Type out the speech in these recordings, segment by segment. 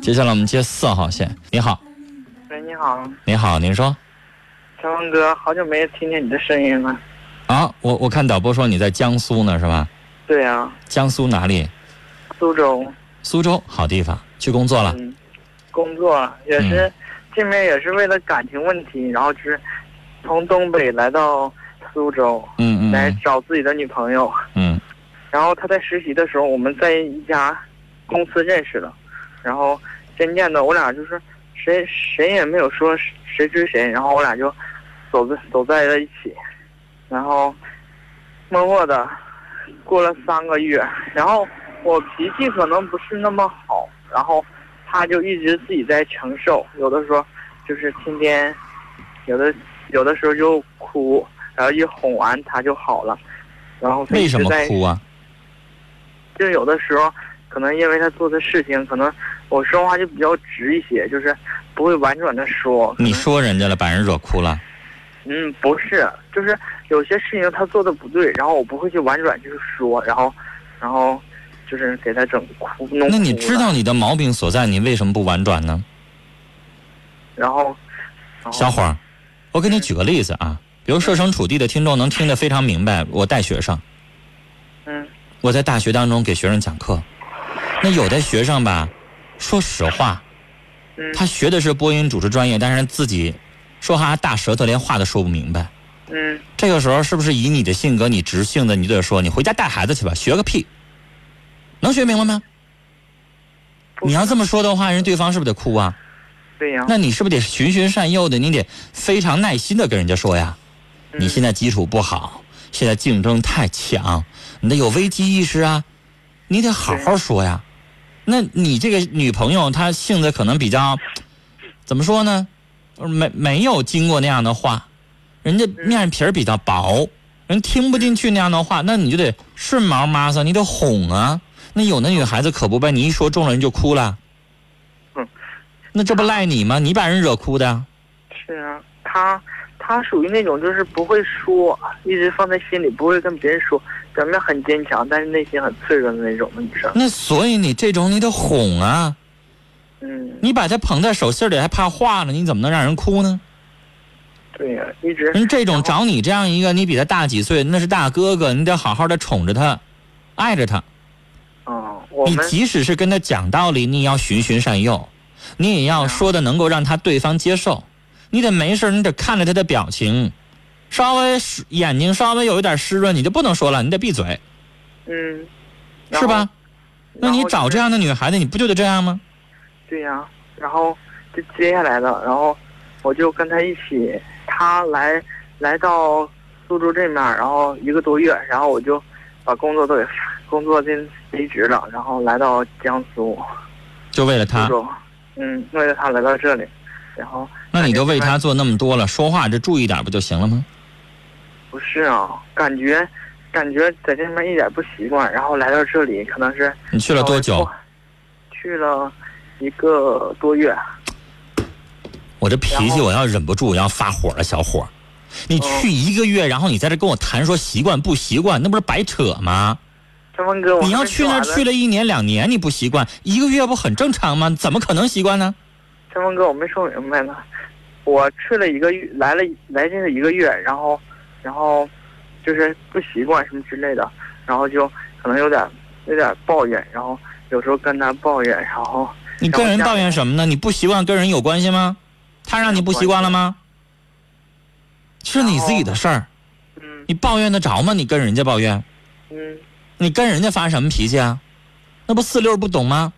接下来我们接4号线。你好。 喂，你好。 你好，您说。 小王哥，好久没听见你的声音了。 啊，我看导播说你在江苏呢，是吧？ 对呀。 江苏哪里？ 苏州。 苏州，好地方。去工作了？ 工作也是，这边也是为了感情问题，然后就是从东北来到苏州，来找自己的女朋友。然后他在实习的时候，我们在一家公司认识的，然后渐渐的我俩就是谁也没有说谁追谁，然后我俩就走在了一起，然后默默的过了3个月，然后我脾气可能不是那么好，然后他就一直自己在承受，有的时候就是天天有的时候就哭，然后一哄完他就好了，然后为什么哭啊？ 就有的时候可能因为他做的事情，可能我说话就比较直一些，就是不会婉转的说。 你说人家了，把人惹哭了？ 不是，就是有些事情他做的不对，然后我不会去婉转就是说，然后就是给他整哭弄哭。 那你知道你的毛病所在，你为什么不婉转呢？ 然后小伙儿，我给你举个例子啊，比如设身处地的听众能听得非常明白。我带学生，我在大学当中给学生讲课，那有的学生吧，说实话，他学的是播音主持专业，但是自己说话大舌头，连话都说不明白。这个时候是不是以你的性格，你直性的，你就得说你回家带孩子去吧，学个屁，能学明白吗？你要这么说的话，人对方是不是得哭啊？ 对呀。 那你是不是得循循善诱的？你得非常耐心的跟人家说呀。你现在基础不好，现在竞争太强，你得有危机意识啊，你得好好说呀。那你这个女朋友她性子可能比较怎么说呢？没有经过那样的话，人家面皮儿比较薄，人听不进去那样的话，那你就得顺毛妈撒，你得哄啊。那有的女孩子可不呗，你一说中了人就哭了。那这不赖你吗？你把人惹哭的。 是啊，他属于那种就是不会说，一直放在心里，不会跟别人说，表面很坚强，但是内心很脆弱的那种的女生。 那所以你这种你得哄啊。你把他捧在手心里还怕化了，你怎么能让人哭呢？ 对呀，一直人这种找你这样一个，你比他大几岁，那是大哥哥，你得好好的宠着他，爱着他。你即使是跟他讲道理，你也要循循善诱，你也要说的能够让他对方接受。你得没事，你得看着他的表情，稍微眼睛稍微有一点湿润，你就不能说了，你得闭嘴。是吧？那你找这样的女孩子，你不就得这样吗？ 对呀，然后就接下来了，然后我就跟他一起，他来到苏州这面，然后1个多月，然后我就把工作离职了，然后来到江苏， 就为了他。 为了他来到这里，然后那你都为他做那么多了，说话这注意点不就行了吗？ 不是啊，感觉在这边一点不习惯，然后来到这里可能是。 你去了多久？ 去了1个多月。 我这脾气我要忍不住，我要发火了，小伙。你去1个月，然后你在这跟我谈说习惯不习惯，那不是白扯吗？你要去那儿去了1年2年，你不习惯，1个月不很正常吗？怎么可能习惯呢？ 陈峰哥，我没说明白呢。我去了1个月，来这个1个月，然后就是不习惯什么之类的，然后就可能有点抱怨，然后有时候跟他抱怨，然后你跟人抱怨什么呢？你不习惯跟人有关系吗？他让你不习惯了吗？是你自己的事儿。你抱怨得着吗？你跟人家抱怨。你跟人家发什么脾气啊？那不4-6不懂吗？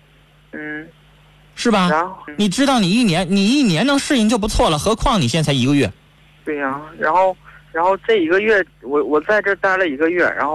是吧？你知道你一年能适应就不错了，何况你现在才1个月。 对呀，然后这1个月我在这待了1个月，然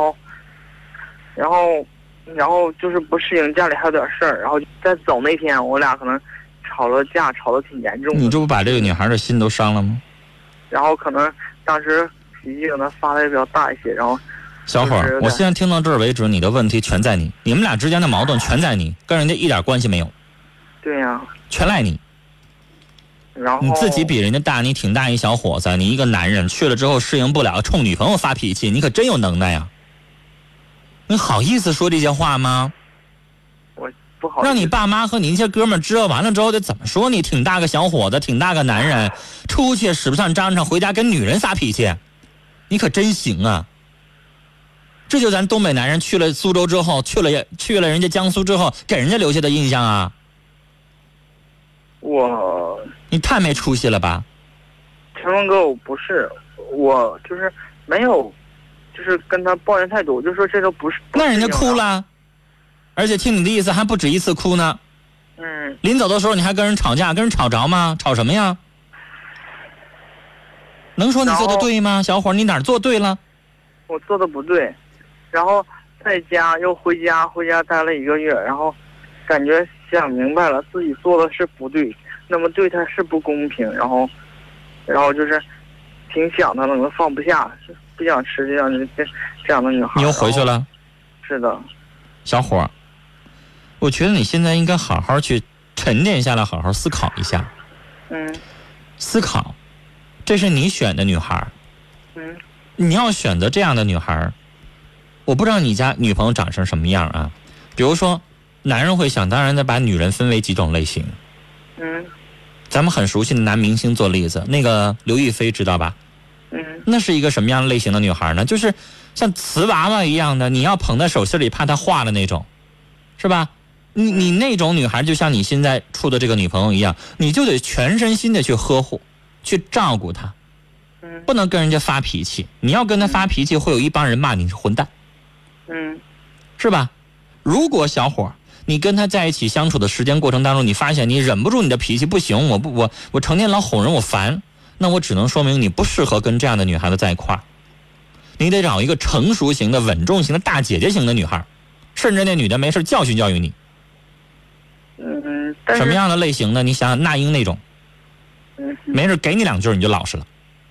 后就是不适应，家里还有点事儿，然后在走那天我俩可能吵了架，吵得挺严重的。 你这不把这个女孩的心都伤了吗？ 然后可能当时脾气可能发的也比较大一些，然后。 小伙儿，我现在听到这儿为止，你的问题全在你，你们俩之间的矛盾全在你，跟人家一点关系没有。 对呀。 全赖你。 然后你自己比人家大，你挺大一小伙子，你一个男人去了之后适应不了，冲女朋友发脾气，你可真有能耐呀！你好意思说这些话吗？ 不好。 让你爸妈和你那些哥们知道完了之后得怎么说你？挺大个小伙子，挺大个男人，出去使不上张上，回家跟女人撒脾气，你可真行啊！这就咱东北男人去了苏州之后，去了人家江苏之后，给人家留下的印象啊！你太没出息了吧？ 陈峰哥，我不是，我就是没有，就是跟他抱怨太多，我就说这都不是。 那人家哭了，而且听你的意思还不止一次哭呢。临走的时候你还跟人吵架，跟人吵着吗？吵什么呀？能说你做的对吗？小伙，你哪儿做对了？ 我做的不对，然后在家又回家待了1个月，然后感觉想明白了，自己做的是不对，那么对他是不公平，然后就是挺想他能放不下，不想吃这样的女孩。 你又回去了？ 是的。 小伙，我觉得你现在应该好好去沉淀下来，好好思考一下。思考，这是你选的女孩。你要选择这样的女孩，我不知道你家女朋友长成什么样啊。比如说，男人会想当然的把女人分为几种类型。咱们很熟悉的男明星做例子，那个刘亦菲知道吧？那是一个什么样类型的女孩呢？就是像瓷娃娃一样的，你要捧在手心里怕她化的那种，是吧？你那种女孩就像你现在处的这个女朋友一样，你就得全身心的去呵护，去照顾她，不能跟人家发脾气。你要跟她发脾气，会有一帮人骂你是混蛋，是吧？如果小伙你跟他在一起相处的时间过程当中，你发现你忍不住你的脾气不行，我成天老哄人，我烦，那我只能说明你不适合跟这样的女孩子在一块儿。你得找一个成熟型的、稳重型的、大姐姐型的女孩，甚至那女的没事教训教训你。什么样的类型呢？你想想那英那种，没事给你2句你就老实了。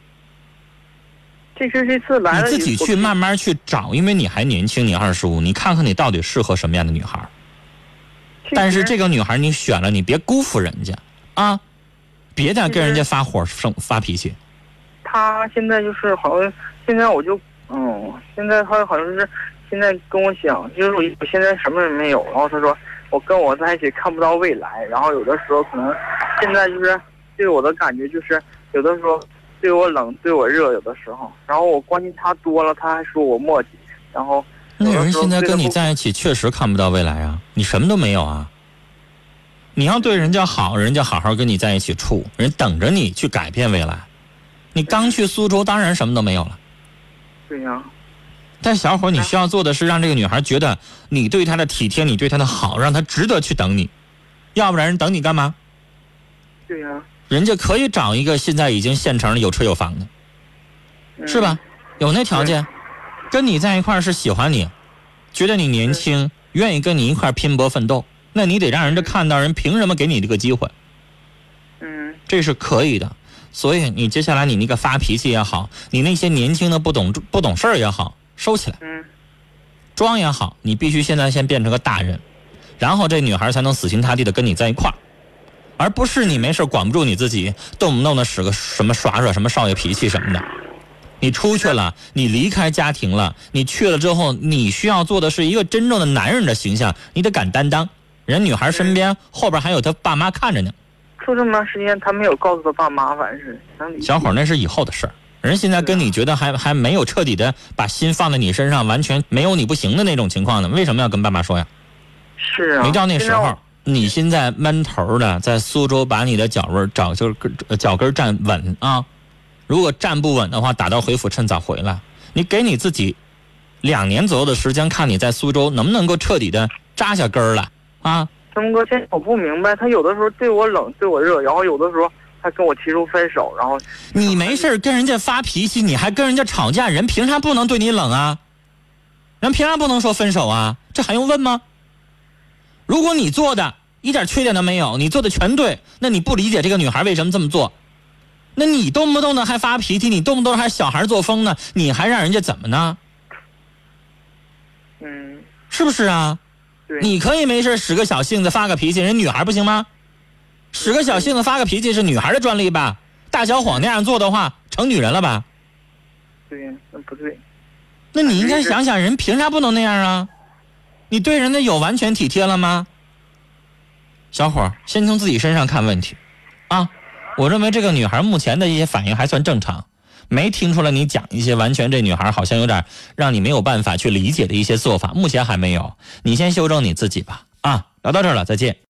这次来了， 你自己去慢慢去找，因为你还年轻，你25，你看看你到底适合什么样的女孩。但是这个女孩你选了，你别辜负人家啊，别再跟人家发火发脾气。 他现在就是好像，现在我就现在他好像是现在跟我讲，就是我现在什么也没有，然后他说我跟我在一起看不到未来，然后有的时候可能现在就是对我的感觉就是有的时候对我冷对我热，有的时候，然后我关心他多了，他还说我磨叽，然后。 那人现在跟你在一起确实看不到未来啊，你什么都没有啊。你要对人家好，人家好好跟你在一起处，人等着你去改变未来。你刚去苏州，当然什么都没有了。 对呀。 但小伙，你需要做的是让这个女孩觉得你对她的体贴，你对她的好，让她值得去等你。要不然人等你干嘛？ 对呀。 人家可以找一个现在已经现成的有车有房的，是吧？有那条件。跟你在一块儿是喜欢你，觉得你年轻，愿意跟你一块儿拼搏奋斗，那你得让人家看到人凭什么给你这个机会。这是可以的。所以你接下来你那个发脾气也好，你那些年轻的不懂事儿也好，收起来。装也好，你必须现在先变成个大人，然后这女孩才能死心塌地的跟你在一块儿，而不是你没事管不住你自己，动不动的使个什么耍什么少爷脾气什么的。你出去了，你离开家庭了，你去了之后，你需要做的是一个真正的男人的形象，你得敢担当。人女孩身边后边还有她爸妈看着呢。 处这么长时间，他没有告诉他爸妈，反正是小伙那是以后的事儿。人现在跟你觉得还没有彻底的把心放在你身上，完全没有你不行的那种情况呢，为什么要跟爸妈说呀？ 是啊， 没到那时候。你现在闷头的在苏州把你的脚跟站稳啊。如果站不稳的话，打道回府，趁早回来。你给你自己2年左右的时间，看你在苏州能不能够彻底的扎下根儿来啊！ 东哥，我不明白，他有的时候对我冷对我热，然后有的时候他跟我提出分手，然后你没事跟人家发脾气，你还跟人家吵架，人凭啥不能对你冷啊？人凭啥不能说分手啊？这还用问吗？如果你做的一点缺点都没有，你做的全对，那你不理解这个女孩为什么这么做？那你动不动的还发脾气，你动不动还小孩作风呢，你还让人家怎么呢？是不是啊？ 对。 你可以没事使个小性子发个脾气，人女孩不行吗？使个小性子发个脾气是女孩的专利吧？大小伙那样做的话，成女人了吧？ 对，那不对。 那你应该想想，人凭啥不能那样啊？你对人家有完全体贴了吗？ 小伙儿，先从自己身上看问题啊。我认为这个女孩目前的一些反应还算正常，没听出来你讲一些完全这女孩好像有点让你没有办法去理解的一些做法，目前还没有。你先修正你自己吧啊。聊到这儿了，再见。